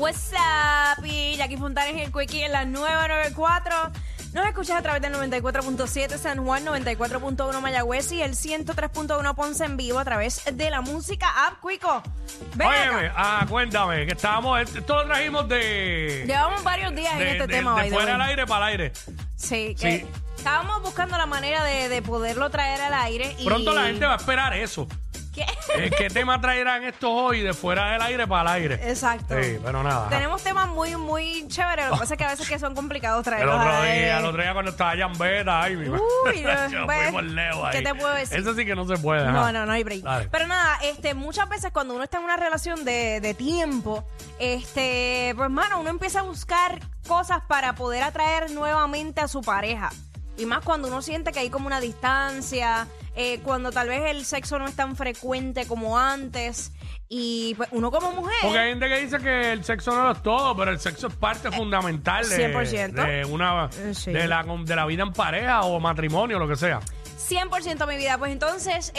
What's up? Y Jackie Fontanes y el Quickie en la 994. Nos escuchas a través del 94.7 San Juan, 94.1 Mayagüez y el 103.1 Ponce en vivo a través de la música app. Quico, ven acá. Cuéntame, que estábamos, esto lo trajimos Llevamos varios días en este tema. de fuera al aire para el aire. Sí, que estábamos buscando la manera de poderlo traer al aire. Pronto la gente va a esperar eso. ¿Qué? ¿Qué tema traerán estos hoy de fuera del aire para el aire? Exacto. Sí, pero nada. Tenemos temas muy, muy chéveres. Lo que pasa es que a veces que son complicados El traerlos otro al aire. día cuando estaba Jambeta, ay, mi madre. Uy, no, pues, fuimos lejos ahí. ¿qué te puedo decir? Eso sí que no se puede. No hay break. Dale. Pero nada, muchas veces cuando uno está en una relación de tiempo, pues mano, uno empieza a buscar cosas para poder atraer nuevamente a su pareja. Y más cuando uno siente que hay como una distancia, cuando tal vez el sexo no es tan frecuente como antes. Y pues uno como mujer... Porque hay gente que dice que el sexo no lo es todo, pero el sexo es parte fundamental 100%. Sí. de la vida en pareja o matrimonio, lo que sea. 100% mi vida. Pues entonces,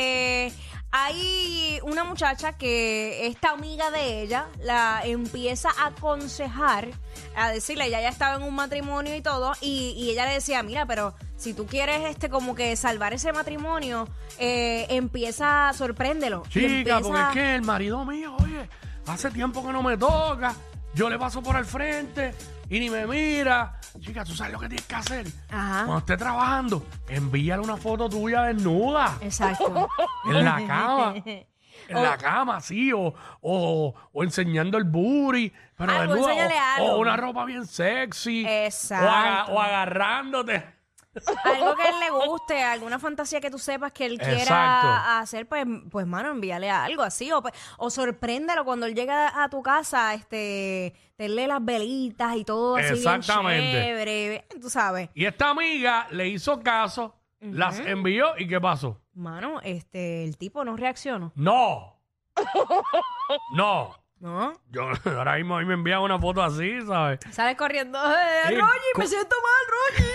hay una muchacha que esta amiga de ella la empieza a aconsejar, a decirle, ella ya estaba en un matrimonio y todo, y ella le decía, mira, pero si tú quieres como que salvar ese matrimonio, empieza, sorpréndelo. Y Chica, porque es que el marido mío, oye, hace tiempo que no me toca, yo le paso por el frente y ni me mira. Chica, ¿tú sabes lo que tienes que hacer? Ajá. Cuando esté trabajando, envíale una foto tuya desnuda. Exacto. En la cama. En la cama, sí, o enseñando el booty, pero Algo, desnuda, enséñale algo. o una ropa bien sexy. Exacto. O agarrándote. Algo que a él le guste, alguna fantasía que tú sepas que él Exacto. quiera hacer, pues mano, envíale algo así. O sorpréndelo cuando él llega a tu casa, tenle las velitas y todo así bien Exactamente. chévere, tú sabes. Y esta amiga le hizo caso, las envió, ¿y qué pasó? Mano, el tipo no reaccionó. ¡No! ¡No! ¿No? Yo ahora mismo a mí me envían una foto así, ¿sabes? Sale corriendo. Sí, Rogi, me siento mal, Rogi.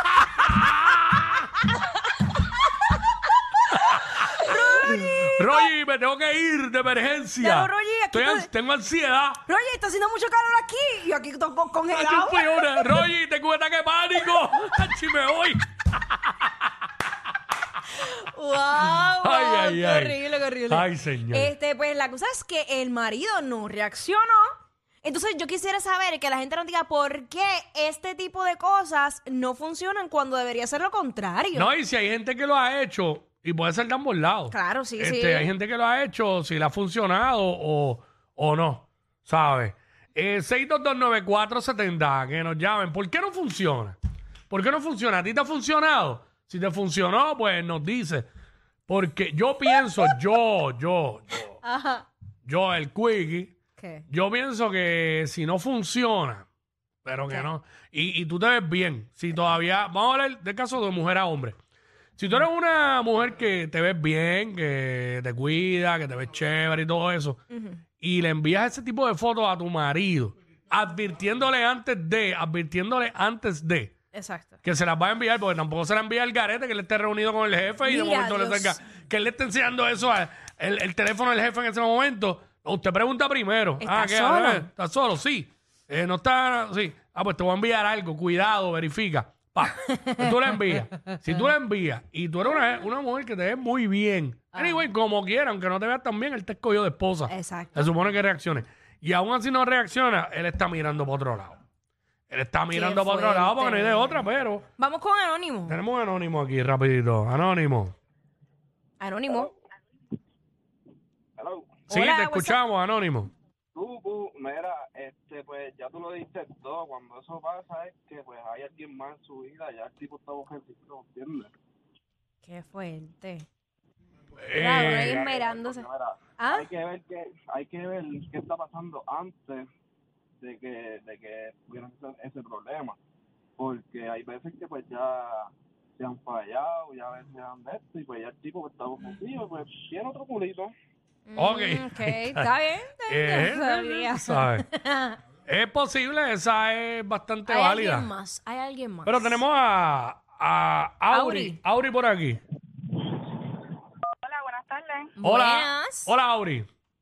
Rogi, me tengo que ir de emergencia. Pero, Rogi, aquí Tengo ansiedad. Rogi, está haciendo mucho calor aquí. Y yo aquí estoy congelado. Rogi, tengo un ataque de pánico. Chi, me voy. Wow, Ay, qué ay. horrible, qué horrible. Ay, señor. Pues la cosa es que el marido no reaccionó. Entonces yo quisiera saber que la gente nos diga por qué este tipo de cosas no funcionan cuando debería ser lo contrario. No, y si hay gente que lo ha hecho, y puede ser de ambos lados. Claro, sí, sí. Hay gente que lo ha hecho, si le ha funcionado o no, ¿sabes? 6229470, que nos llamen. ¿Por qué no funciona? ¿Por qué no funciona? ¿A ti te ha funcionado? Si te funcionó, pues nos dice. Porque yo pienso, Ajá. yo, el Quickie, ¿Qué? yo pienso que si no funciona, pero que no, y tú te ves bien, si todavía, vamos a hablar del caso de mujer a hombre. Si tú eres una mujer que te ves bien, que te cuida, que te ves chévere y todo eso, y le envías ese tipo de fotos a tu marido, advirtiéndole antes de Exacto. que se las va a enviar, porque tampoco se la envía el garete, que él esté reunido con el jefe y de Mira, momento le Dios. salga, que él le esté enseñando eso el teléfono del jefe en ese momento. Usted pregunta primero. ¿Está ¿Qué? solo? ¿Está solo? Sí. No está, sí. Pues te voy a enviar algo, cuidado, verifica. Pues tú le envías. Si tú le envías y tú eres una mujer que te ve muy bien, anyway, como quiera, aunque no te veas tan bien, él te escogió de esposa. Exacto. Se supone que reaccione. Y aún así no reacciona, él está mirando para otro lado. Él está mirando para otro lado porque no hay de otra, pero Vamos con Anónimo. tenemos un anónimo aquí, rapidito. Anónimo. Anónimo. Hello. Sí, Hola, te what's up? escuchamos, Anónimo. Mira, pues ya tú lo diste todo. Cuando eso pasa es que pues hay alguien más en su vida, ya el tipo está buscando, ¿entiendes? Qué fuerte. Eh, Claro, ahí esmerándose. Mira, ¿Ah? hay que ver qué está pasando antes de que hubiera ese problema. Porque hay veces que pues ya se han fallado, ya a veces han de esto, y pues ya el tipo que está contigo, pues tiene otro culito. Ok. Ok, está bien. Sabía. ¿sabes? Es posible, esa es bastante Hay válida. alguien más, hay alguien más. Pero tenemos a Auri. Auri por aquí. Hola, buenas tardes. Hola. Buenas. Hola, Auri.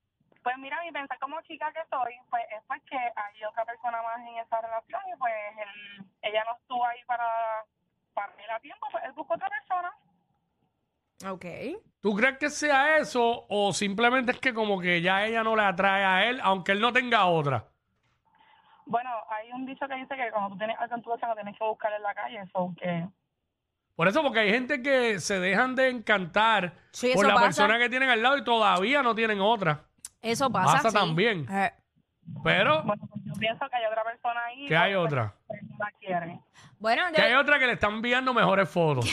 Pues mira, mi pensar como chica que soy, pues es pues que hay otra persona más en esa relación y pues ella no estuvo ahí para él a tiempo, pues él buscó otra persona. Ok. ¿Tú crees que sea eso o simplemente es que como que ya ella no le atrae a él, aunque él no tenga otra? Bueno, hay un dicho que dice que cuando tú tienes algo en tu casa no tienes que buscar en la calle, eso que... Por eso, porque hay gente que se dejan de encantar Sí, por eso la pasa. persona que tienen al lado y todavía no tienen otra. Eso pasa, Pasa sí. también. Pero, Bueno, pues yo pienso que hay otra persona ahí. ¿qué hay pues, otra? pues, no la quiere. Bueno, Que hay otra que le están enviando mejores fotos.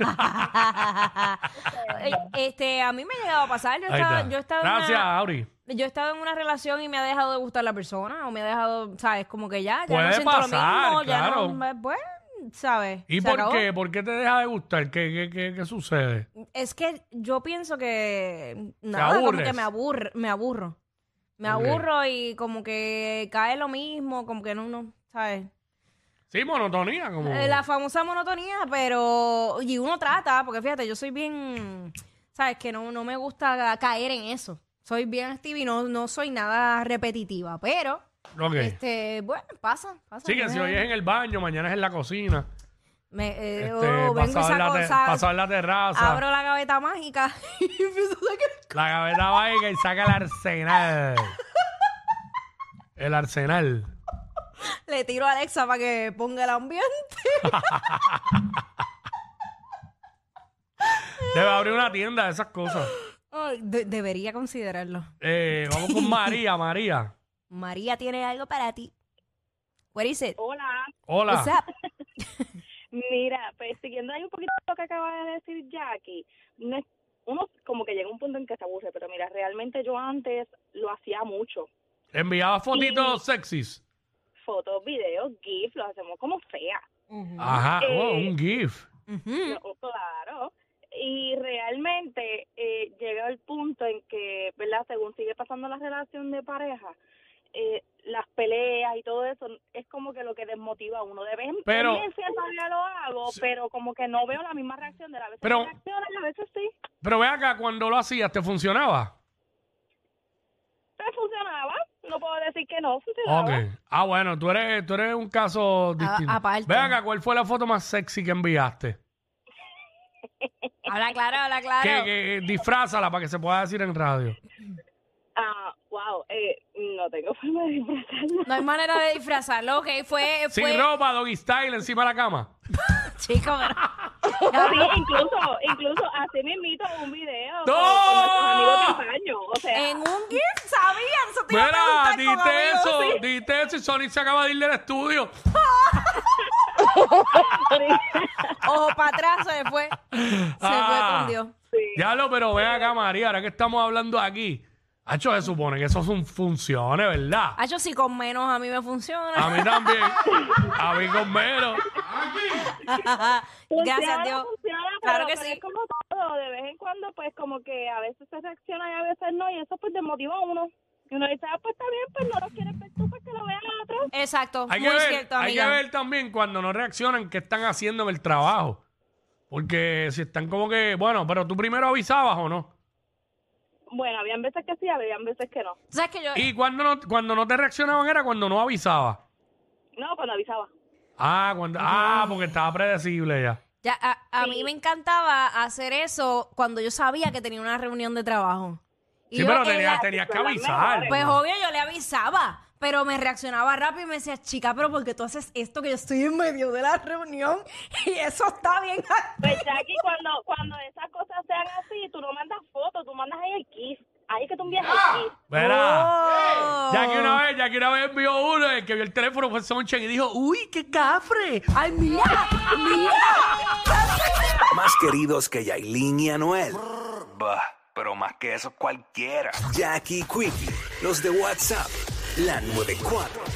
a mí me ha llegado a pasar. Ahí está. Gracias, Auri. Yo he estado en una relación y me ha dejado de gustar la persona o me ha dejado, ¿sabes? Como que ya Puede no siento pasar, lo mismo, claro. ya no, pues, ¿sabes? ¿Y Se por acabó. qué? ¿Por qué te deja de gustar? ¿Qué sucede? Es que yo pienso que nada, como aburres? que me aburro. Me Ok. aburro y como que cae lo mismo, como que no, ¿sabes? Sí, monotonía. Como... La famosa monotonía, pero... Y uno trata, porque fíjate, yo soy bien... ¿Sabes? Que no me gusta caer en eso. Soy bien activa y no soy nada repetitiva, pero... Ok. Bueno, pasa. Sí, que si hoy es en el baño, mañana es en la cocina. Vengo y saco, pasado en la terraza. abro la gaveta mágica y empiezo a sacar... La gaveta mágica y saca el arsenal. El arsenal. Le tiro a Alexa para que ponga el ambiente. Debe abrir una tienda de esas cosas. Ay, debería considerarlo. Vamos con María. María tiene algo para ti. What is it? Hola. Hola. What's up? Mira, pues siguiendo ahí un poquito lo que acaba de decir Jackie, uno como que llega a un punto en que se aburre, pero mira, realmente yo antes lo hacía mucho. Enviaba fotitos sexys. Fotos, videos, GIF, lo hacemos como sea. Ajá. Un GIF. Ujú. Claro. Y realmente llega el punto en que, ¿verdad? Según sigue pasando la relación de pareja, las peleas y todo eso es como que lo que desmotiva a uno. De vez en Pero- cuando todavía lo hago, pero como que no veo la misma reacción de la vez. Pero- Reacciona y a veces sí. Pero ve acá, cuando lo hacías, ¿te funcionaba? Pero funcionaba. No puedo decir que no funcionaba. Ok. Ah, bueno, tú eres un caso distinto. aparte. Ve acá, ¿cuál fue la foto más sexy que enviaste? Habla claro. Que disfrázala para que se pueda decir en radio. Wow. No tengo forma de disfrazarlo. No hay manera de disfrazarlo, ok. Fue... Sin ropa, doggy style, encima de la cama. Chico, pero... Sí, incluso así mismito un video ¡No! con nuestros amigos de baño. O sea, En un GIF, ¿sabían? Eso te iba a Mira, preguntar con amigos. dite eso y Sonic se acaba de ir del estudio. Ojo para atrás se fue. Se fue con Dios. Diablo, pero ve acá, María, ahora que estamos hablando aquí. Hacho, se supone que eso funcione, ¿verdad? Hacho, si con menos a mí me funciona. A mí también. A mí con menos. Gracias a Dios. Funciona, Claro pero que pero sí. es como todo, de vez en cuando, pues como que a veces se reacciona y a veces no, y eso pues desmotiva a uno. Y uno dice, pues está bien, pues no lo quieres ver tú, pues que lo vean los otros. Exacto, Hay muy que ver, cierto, hay que amiga. ver también cuando no reaccionan qué están haciendo en el trabajo. Porque si están como que, bueno, pero tú primero avisabas o no. Bueno, habían veces que sí, habían veces que no. ¿Sabes que yo? Y cuando no te reaccionaban era cuando no avisabas. No, cuando avisaba. Porque estaba predecible ya. Ya, a mí me encantaba hacer eso cuando yo sabía que tenía una reunión de trabajo. Y Sí, yo pero en la- tenías que son las avisar. mejores. Pues obvio, yo le avisaba, pero me reaccionaba rápido y me decía, chica, pero ¿por qué tú haces esto que yo estoy en medio de la reunión? Y eso está bien. Pues Jackie, cuando esas cosas sean así, tú no mandas fotos, tú mandas ahí el kiss. Ahí es que tú envías el kiss. Verá. Oh. Ya que una vez envió uno, el que vio el teléfono fue Sonchen y dijo, ¡uy, qué cafre! Ay, mira. Más queridos que Yailin y Anuel. Bah, pero más que eso cualquiera. Jackie Quickie, los de WhatsApp, la 94.